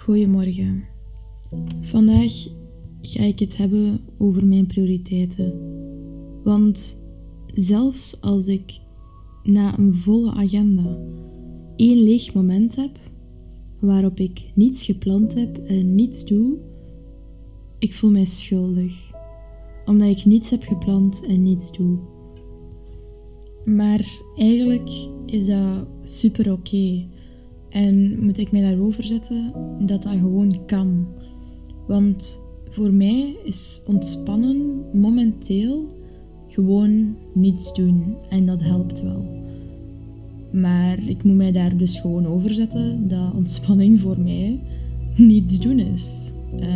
Goedemorgen. Vandaag ga ik het hebben over mijn prioriteiten. Want zelfs als ik na een volle agenda 1 leeg moment heb, waarop ik niets gepland heb en niets doe, ik voel mij schuldig. Omdat ik niets heb gepland en niets doe. Maar eigenlijk is dat super oké. En moet ik mij daarover zetten dat dat gewoon kan. Want voor mij is ontspannen momenteel gewoon niets doen. En dat helpt wel. Maar ik moet mij daar dus gewoon over zetten dat ontspanning voor mij niets doen is.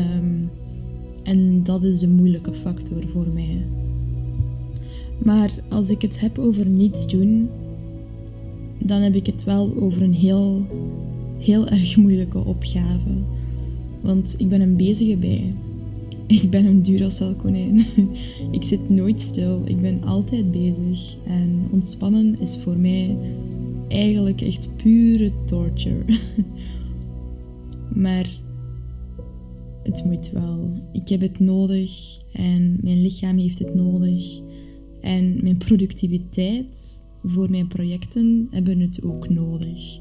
En dat is de moeilijke factor voor mij. Maar als ik het heb over niets doen, dan heb ik het wel over een heel erg moeilijke opgave. Want ik ben een bezige bij. Ik ben een Duracell-konijn. Ik zit nooit stil. Ik ben altijd bezig. En ontspannen is voor mij eigenlijk echt pure torture. Maar het moet wel. Ik heb het nodig en mijn lichaam heeft het nodig. En mijn productiviteit voor mijn projecten hebben het ook nodig.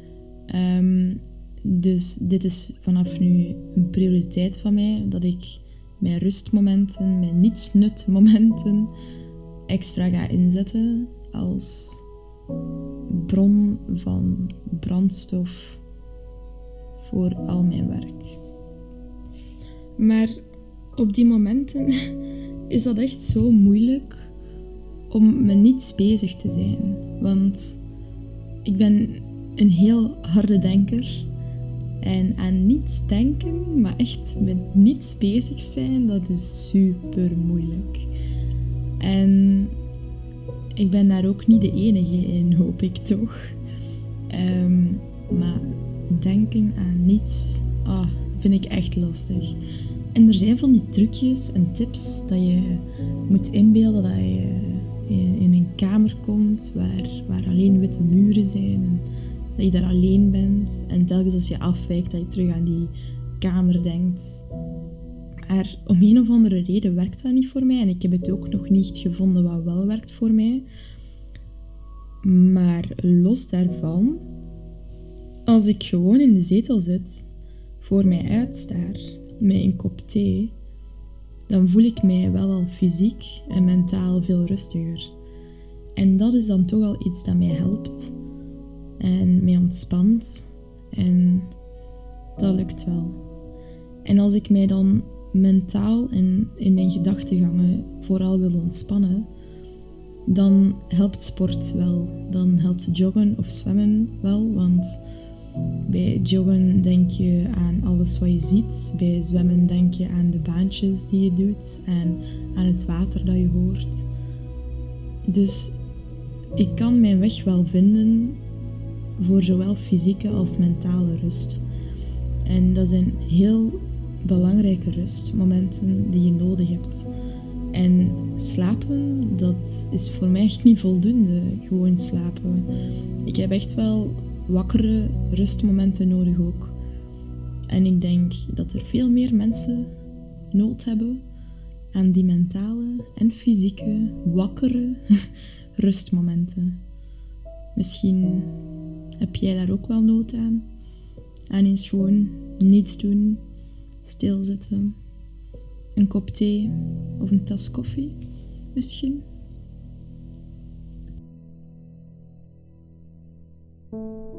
Dus dit is vanaf nu een prioriteit van mij, dat ik mijn rustmomenten, mijn nietsnutmomenten extra ga inzetten als bron van brandstof voor al mijn werk. Maar op die momenten is dat echt zo moeilijk om met niets bezig te zijn. Want ik ben een heel harde denker. En aan niets denken, maar echt met niets bezig zijn, dat is super moeilijk. En ik ben daar ook niet de enige in, hoop ik toch. Maar denken aan niets, vind ik echt lastig. En er zijn van die trucjes en tips dat je moet inbeelden dat je in een kamer komt waar alleen witte muren zijn. En dat je daar alleen bent. En telkens als je afwijkt, dat je terug aan die kamer denkt. Maar om een of andere reden werkt dat niet voor mij. En ik heb het ook nog niet gevonden wat wel werkt voor mij. Maar los daarvan, als ik gewoon in de zetel zit, voor mij uitstaar, met een kop thee, dan voel ik mij wel al fysiek en mentaal veel rustiger. En dat is dan toch al iets dat mij helpt en mij ontspant. En dat lukt wel. En als ik mij dan mentaal en in mijn gedachtegangen vooral wil ontspannen, dan helpt sport wel. Dan helpt joggen of zwemmen wel, want bij joggen denk je aan alles wat je ziet. Bij zwemmen denk je aan de baantjes die je doet en aan het water dat je hoort. Dus ik kan mijn weg wel vinden voor zowel fysieke als mentale rust. En dat zijn heel belangrijke rustmomenten die je nodig hebt. En slapen, dat is voor mij echt niet voldoende, gewoon slapen. Ik heb echt wel wakkere rustmomenten nodig ook. En ik denk dat er veel meer mensen nood hebben aan die mentale en fysieke, wakkere rustmomenten. Misschien heb jij daar ook wel nood aan. En eens gewoon niets doen, stilzitten, een kop thee of een tas koffie misschien.